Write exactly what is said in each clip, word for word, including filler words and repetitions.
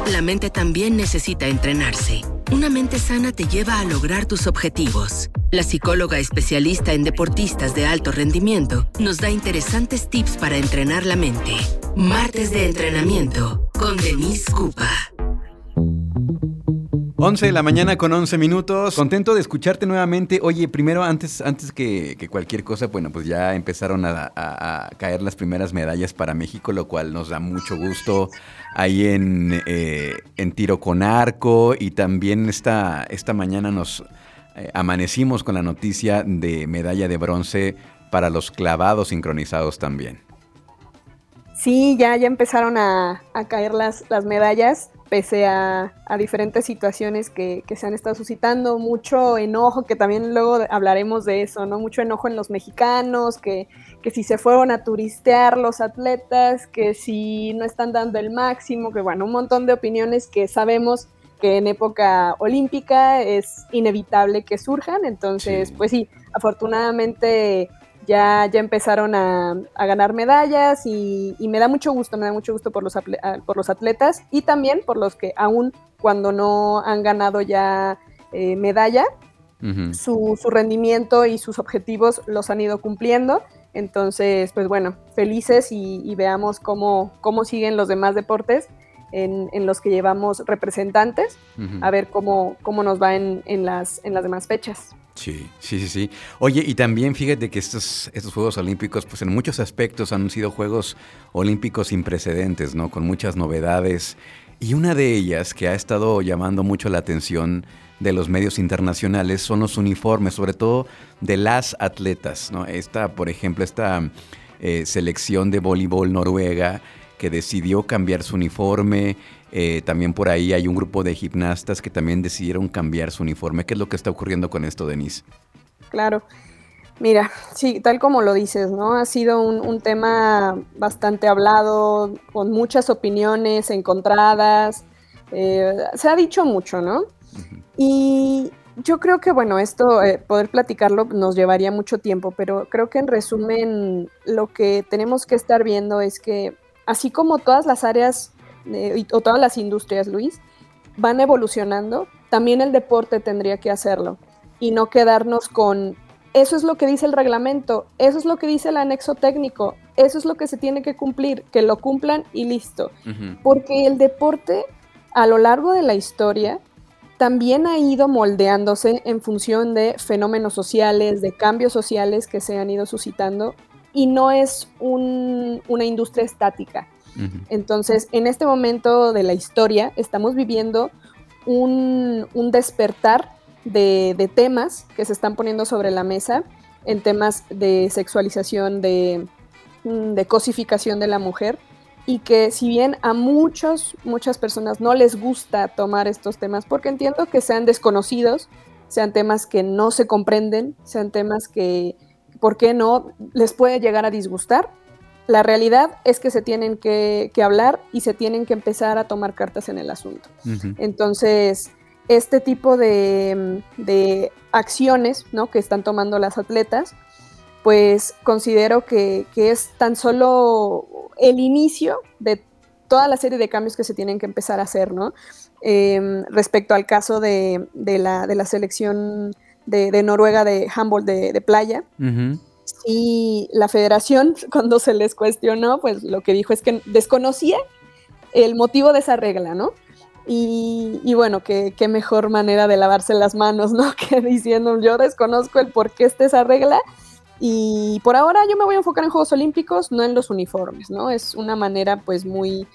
La mente también necesita entrenarse. Una mente sana te lleva a lograr tus objetivos. La psicóloga especialista en deportistas de alto rendimiento nos da interesantes tips para entrenar la mente. Martes de entrenamiento con Denise Cupa. once de la mañana con once minutos. Contento de escucharte nuevamente. Oye, primero, antes, antes que, que cualquier cosa, bueno, pues ya empezaron a, a, a caer las primeras medallas para México, lo cual nos da mucho gusto. Ahí en, eh, en tiro con arco, y también esta, esta mañana nos eh, amanecimos con la noticia de medalla de bronce para los clavados sincronizados también. Sí, ya, ya empezaron a, a caer las, las medallas, pese a, a diferentes situaciones que, que se han estado suscitando, mucho enojo, que también luego hablaremos de eso, ¿no? Mucho enojo en los mexicanos, que, que si se fueron a turistear los atletas, que si no están dando el máximo, que bueno, un montón de opiniones que sabemos que en época olímpica es inevitable que surjan. Entonces, sí. Pues sí, afortunadamente ya, ya empezaron a, a ganar medallas y, y me da mucho gusto, me da mucho gusto por los, por los atletas y también por los que aún cuando no han ganado ya eh, medalla, uh-huh. su, su rendimiento y sus objetivos los han ido cumpliendo. Entonces, pues bueno, felices y, y veamos cómo, cómo siguen los demás deportes en, en los que llevamos representantes, uh-huh. a ver cómo, cómo nos va en, en, las, en las demás fechas. Sí, sí, sí, sí. Oye, y también fíjate que estos, estos Juegos Olímpicos, pues en muchos aspectos han sido Juegos Olímpicos sin precedentes, ¿no? Con muchas novedades. Y una de ellas que ha estado llamando mucho la atención de los medios internacionales son los uniformes, sobre todo de las atletas, ¿no? Esta, por ejemplo, esta eh, selección de voleibol noruega que decidió cambiar su uniforme. Eh, también por ahí hay un grupo de gimnastas que también decidieron cambiar su uniforme. ¿Qué es lo que está ocurriendo con esto, Denise? Claro. Mira, sí, tal como lo dices, ¿no? Ha sido un, un tema bastante hablado, con muchas opiniones encontradas. Eh, se ha dicho mucho, ¿no? Uh-huh. Y yo creo que, bueno, esto, eh, poder platicarlo nos llevaría mucho tiempo, pero creo que en resumen lo que tenemos que estar viendo es que así como todas las áreas Eh, o todas las industrias, Luis, van evolucionando, también el deporte tendría que hacerlo y no quedarnos con eso es lo que dice el reglamento, eso es lo que dice el anexo técnico, eso es lo que se tiene que cumplir, que lo cumplan y listo. Uh-huh. Porque el deporte a lo largo de la historia también ha ido moldeándose en función de fenómenos sociales, de cambios sociales que se han ido suscitando y no es un, una industria estática. Uh-huh. Entonces, en este momento de la historia estamos viviendo un, un despertar de, de temas que se están poniendo sobre la mesa, en temas de sexualización, de, de cosificación de la mujer, y que si bien a muchos, muchas personas no les gusta tomar estos temas, porque entiendo que sean desconocidos, sean temas que no se comprenden, sean temas que, ¿por qué no?, les puede llegar a disgustar. La realidad es que se tienen que, que hablar y se tienen que empezar a tomar cartas en el asunto. Uh-huh. Entonces, este tipo de, de acciones, ¿no?, que están tomando las atletas, pues considero que, que es tan solo el inicio de toda la serie de cambios que se tienen que empezar a hacer, ¿no? Eh, respecto al caso de, de, la, de la selección de, de Noruega de handball de, de playa, uh-huh. Y la federación, cuando se les cuestionó, pues lo que dijo es que desconocía el motivo de esa regla, ¿no? Y, y bueno, qué, qué mejor manera de lavarse las manos, ¿no? Que diciendo, yo desconozco el por qué está esa regla y por ahora yo me voy a enfocar en Juegos Olímpicos, no en los uniformes, ¿no? Es una manera pues muy,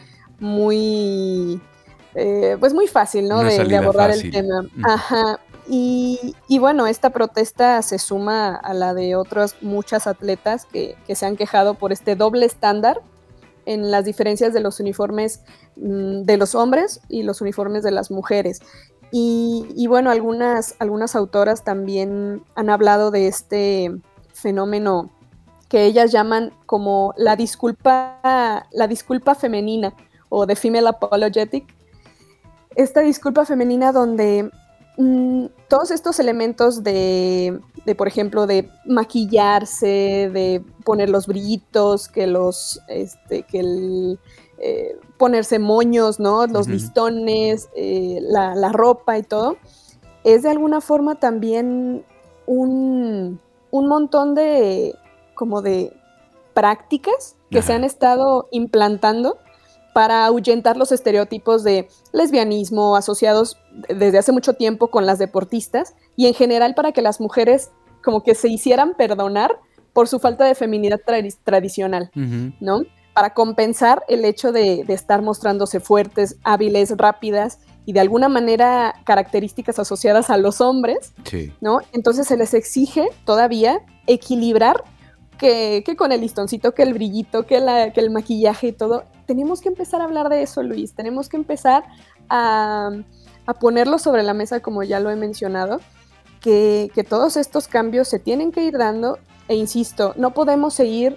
muy, eh, pues muy fácil, ¿no? De, de abordar fácil. El tema. Mm. Ajá. Y, y bueno, esta protesta se suma a la de otras muchas atletas que, que se han quejado por este doble estándar en las diferencias de los uniformes mmm, de los hombres y los uniformes de las mujeres. Y, y bueno, algunas, algunas autoras también han hablado de este fenómeno que ellas llaman como la disculpa, la disculpa femenina o the female apologetic. Esta disculpa femenina donde todos estos elementos de, de, por ejemplo, de maquillarse, de poner los brillitos, que los, este, que el, eh, ponerse moños, ¿no? Los uh-huh. listones, eh, la, la ropa y todo, es de alguna forma también un, un montón de, como de prácticas que Ajá. se han estado implantando para ahuyentar los estereotipos de lesbianismo asociados desde hace mucho tiempo con las deportistas y en general para que las mujeres como que se hicieran perdonar por su falta de feminidad tra- tradicional, uh-huh. ¿no? Para compensar el hecho de, de estar mostrándose fuertes, hábiles, rápidas y de alguna manera características asociadas a los hombres, sí. ¿no? Entonces se les exige todavía equilibrar que, que con el listoncito, que el brillito, que, la, que el maquillaje y todo. Tenemos que empezar a hablar de eso, Luis. Tenemos que empezar a, a ponerlo sobre la mesa, como ya lo he mencionado, que, que todos estos cambios se tienen que ir dando. E insisto, no podemos seguir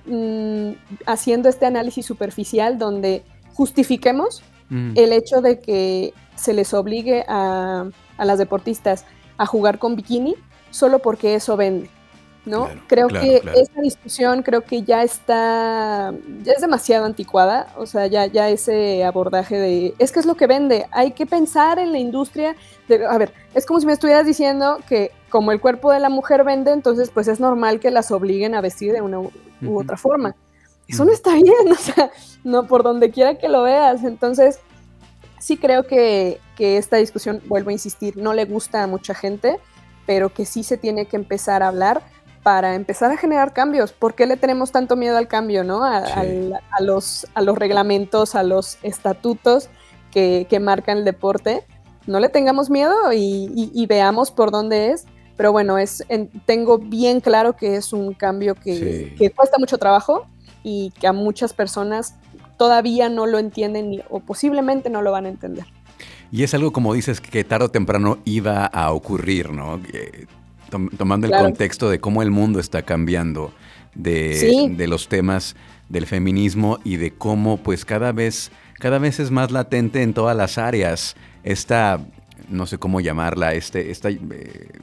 mmm, haciendo este análisis superficial donde justifiquemos mm. el hecho de que se les obligue a, a las deportistas a jugar con bikini solo porque eso vende, ¿no? Claro, creo claro, que claro. esta discusión creo que ya está, ya es demasiado anticuada, o sea, ya, ya ese abordaje de, es que es lo que vende, hay que pensar en la industria, de, a ver, es como si me estuvieras diciendo que como el cuerpo de la mujer vende, entonces pues es normal que las obliguen a vestir de una u, u uh-huh. otra forma. Eso uh-huh. no está bien, o sea, no por donde quiera que lo veas, entonces sí creo que, que esta discusión, vuelvo a insistir, no le gusta a mucha gente, pero que sí se tiene que empezar a hablar para empezar a generar cambios. ¿Por qué le tenemos tanto miedo al cambio, no? A, sí. a, a, los, a los reglamentos, a los estatutos que, que marcan el deporte. No le tengamos miedo y, y, y veamos por dónde es. Pero bueno, es, en, tengo bien claro que es un cambio que, sí. que cuesta mucho trabajo y que a muchas personas todavía no lo entienden ni, o posiblemente no lo van a entender. Y es algo, como dices, que tarde o temprano iba a ocurrir, ¿no? Eh, tomando el claro. contexto de cómo el mundo está cambiando, de, sí. de los temas del feminismo y de cómo pues cada vez, cada vez es más latente en todas las áreas esta, no sé cómo llamarla, este, esta eh,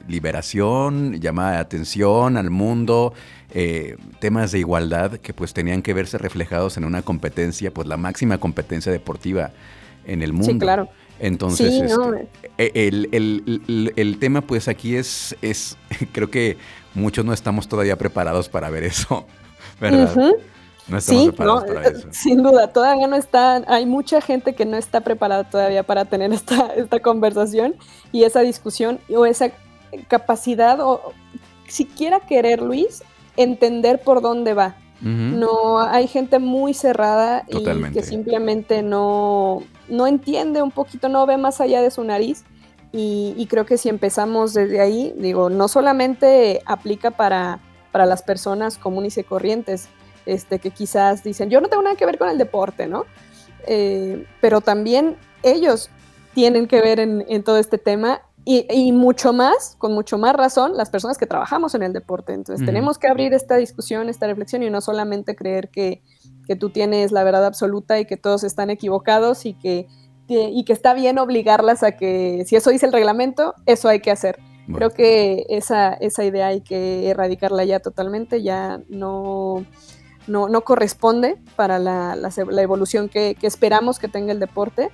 liberación, llamada de atención al mundo, eh, temas de igualdad que pues tenían que verse reflejados en una competencia, pues la máxima competencia deportiva en el mundo. Sí, claro. Entonces, sí, este, no. el, el, el, el tema pues aquí es, es, creo que muchos no estamos todavía preparados para ver eso, ¿verdad? Uh-huh. No estamos sí, preparados no, para eso. Sin duda, todavía no está, hay mucha gente que no está preparada todavía para tener esta, esta conversación y esa discusión o esa capacidad o siquiera querer, Luis, entender por dónde va. Uh-huh. No, hay gente muy cerrada Totalmente. Y que simplemente no, no entiende un poquito, no ve más allá de su nariz y, y creo que si empezamos desde ahí, digo, no solamente aplica para, para las personas comunes y corrientes, este, que quizás dicen, yo no tengo nada que ver con el deporte, ¿no? Eh, pero también ellos tienen que ver en, en todo este tema. Y, y mucho más, con mucho más razón, las personas que trabajamos en el deporte. Entonces, uh-huh. tenemos que abrir esta discusión, esta reflexión y no solamente creer que, que tú tienes la verdad absoluta y que todos están equivocados y que, y que está bien obligarlas a que, si eso dice el reglamento, eso hay que hacer. Bueno. Creo que esa, esa idea hay que erradicarla ya totalmente, ya no, no, no corresponde para la, la, la evolución que, que esperamos que tenga el deporte.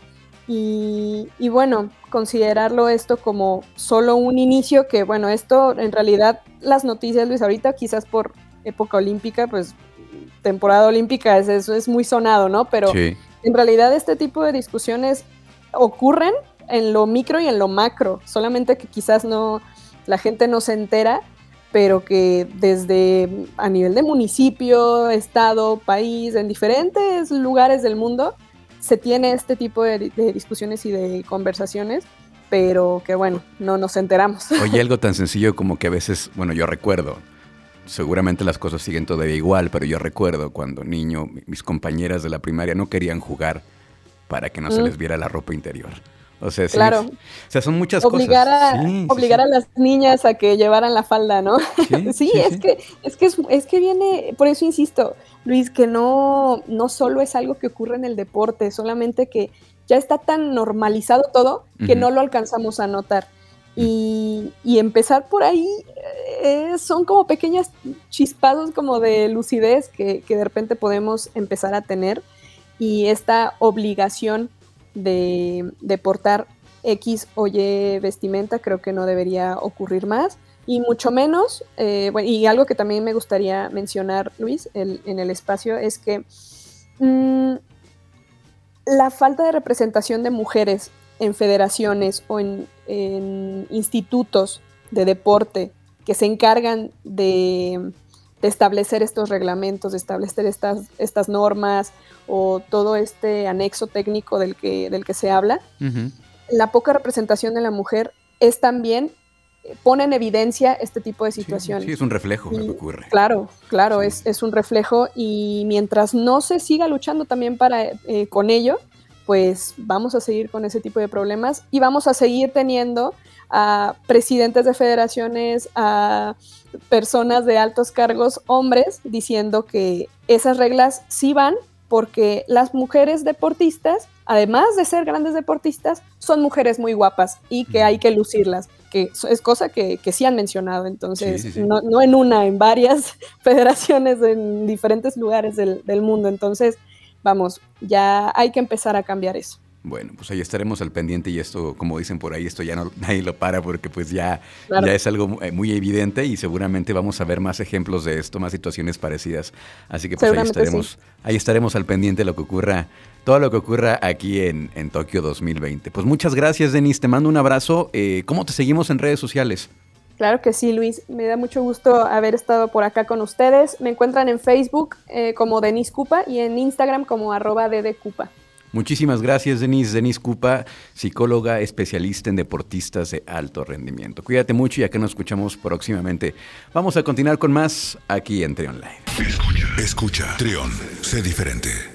Y, y bueno, considerarlo esto como solo un inicio, que bueno, esto en realidad las noticias, Luis, ahorita quizás por época olímpica, pues temporada olímpica, es, eso es muy sonado, ¿no? Pero sí. en realidad este tipo de discusiones ocurren en lo micro y en lo macro, solamente que quizás no, la gente no se entera, pero que desde a nivel de municipio, estado, país, en diferentes lugares del mundo, se tiene este tipo de, de discusiones y de conversaciones, pero que bueno, no nos enteramos. Oye, algo tan sencillo como que a veces, bueno, yo recuerdo, seguramente las cosas siguen todavía igual, pero yo recuerdo cuando niño, mis compañeras de la primaria no querían jugar para que no mm. se les viera la ropa interior. O sea, sí, claro. o sea, son muchas obligar cosas. A, sí, obligar sí, a las niñas a que llevaran la falda, ¿no? Sí, sí, sí, es, sí. Que, es, que es, es que viene, por eso insisto, Luis, que no, no solo es algo que ocurre en el deporte, solamente que ya está tan normalizado todo que uh-huh. no lo alcanzamos a notar. Y, y empezar por ahí eh, son como pequeñas chispazos como de lucidez que, que de repente podemos empezar a tener. y esta obligación de, de portar X o Y vestimenta creo que no debería ocurrir más. Y mucho menos, eh, bueno, y algo que también me gustaría mencionar, Luis, el, en el espacio, es que mmm, la falta de representación de mujeres en federaciones o en, en institutos de deporte que se encargan de, de establecer estos reglamentos, de establecer estas, estas normas o todo este anexo técnico del que, del que se habla, uh-huh. La poca representación de la mujer es también pone en evidencia este tipo de situaciones. Sí, sí es un reflejo de lo que ocurre. Claro, claro, sí. es, es un reflejo y mientras no se siga luchando también para, eh, con ello, pues vamos a seguir con ese tipo de problemas y vamos a seguir teniendo a presidentes de federaciones, a personas de altos cargos, hombres, diciendo que esas reglas sí van porque las mujeres deportistas, además de ser grandes deportistas, son mujeres muy guapas y que hay que lucirlas, que es cosa que, que sí han mencionado, entonces sí, sí, sí. No, no en una, en varias federaciones en diferentes lugares del, del mundo, entonces vamos, ya hay que empezar a cambiar eso. Bueno, pues ahí estaremos al pendiente y esto, como dicen por ahí, esto ya no, nadie lo para porque pues ya, claro. ya es algo muy evidente y seguramente vamos a ver más ejemplos de esto, más situaciones parecidas. Así que pues ahí estaremos, sí. ahí estaremos al pendiente de lo que ocurra, todo lo que ocurra aquí en, en Tokio dos mil veinte. Pues muchas gracias, Denise, te mando un abrazo. Eh, ¿Cómo te seguimos en redes sociales? Claro que sí, Luis. Me da mucho gusto haber estado por acá con ustedes. Me encuentran en Facebook eh, como Denise Cupa y en Instagram como arroba ddcupa. Muchísimas gracias, Denise. Denise Cupa, psicóloga especialista en deportistas de alto rendimiento. Cuídate mucho y acá nos escuchamos próximamente. Vamos a continuar con más aquí en Trion Live. Escucha, escucha. Trion, sé diferente.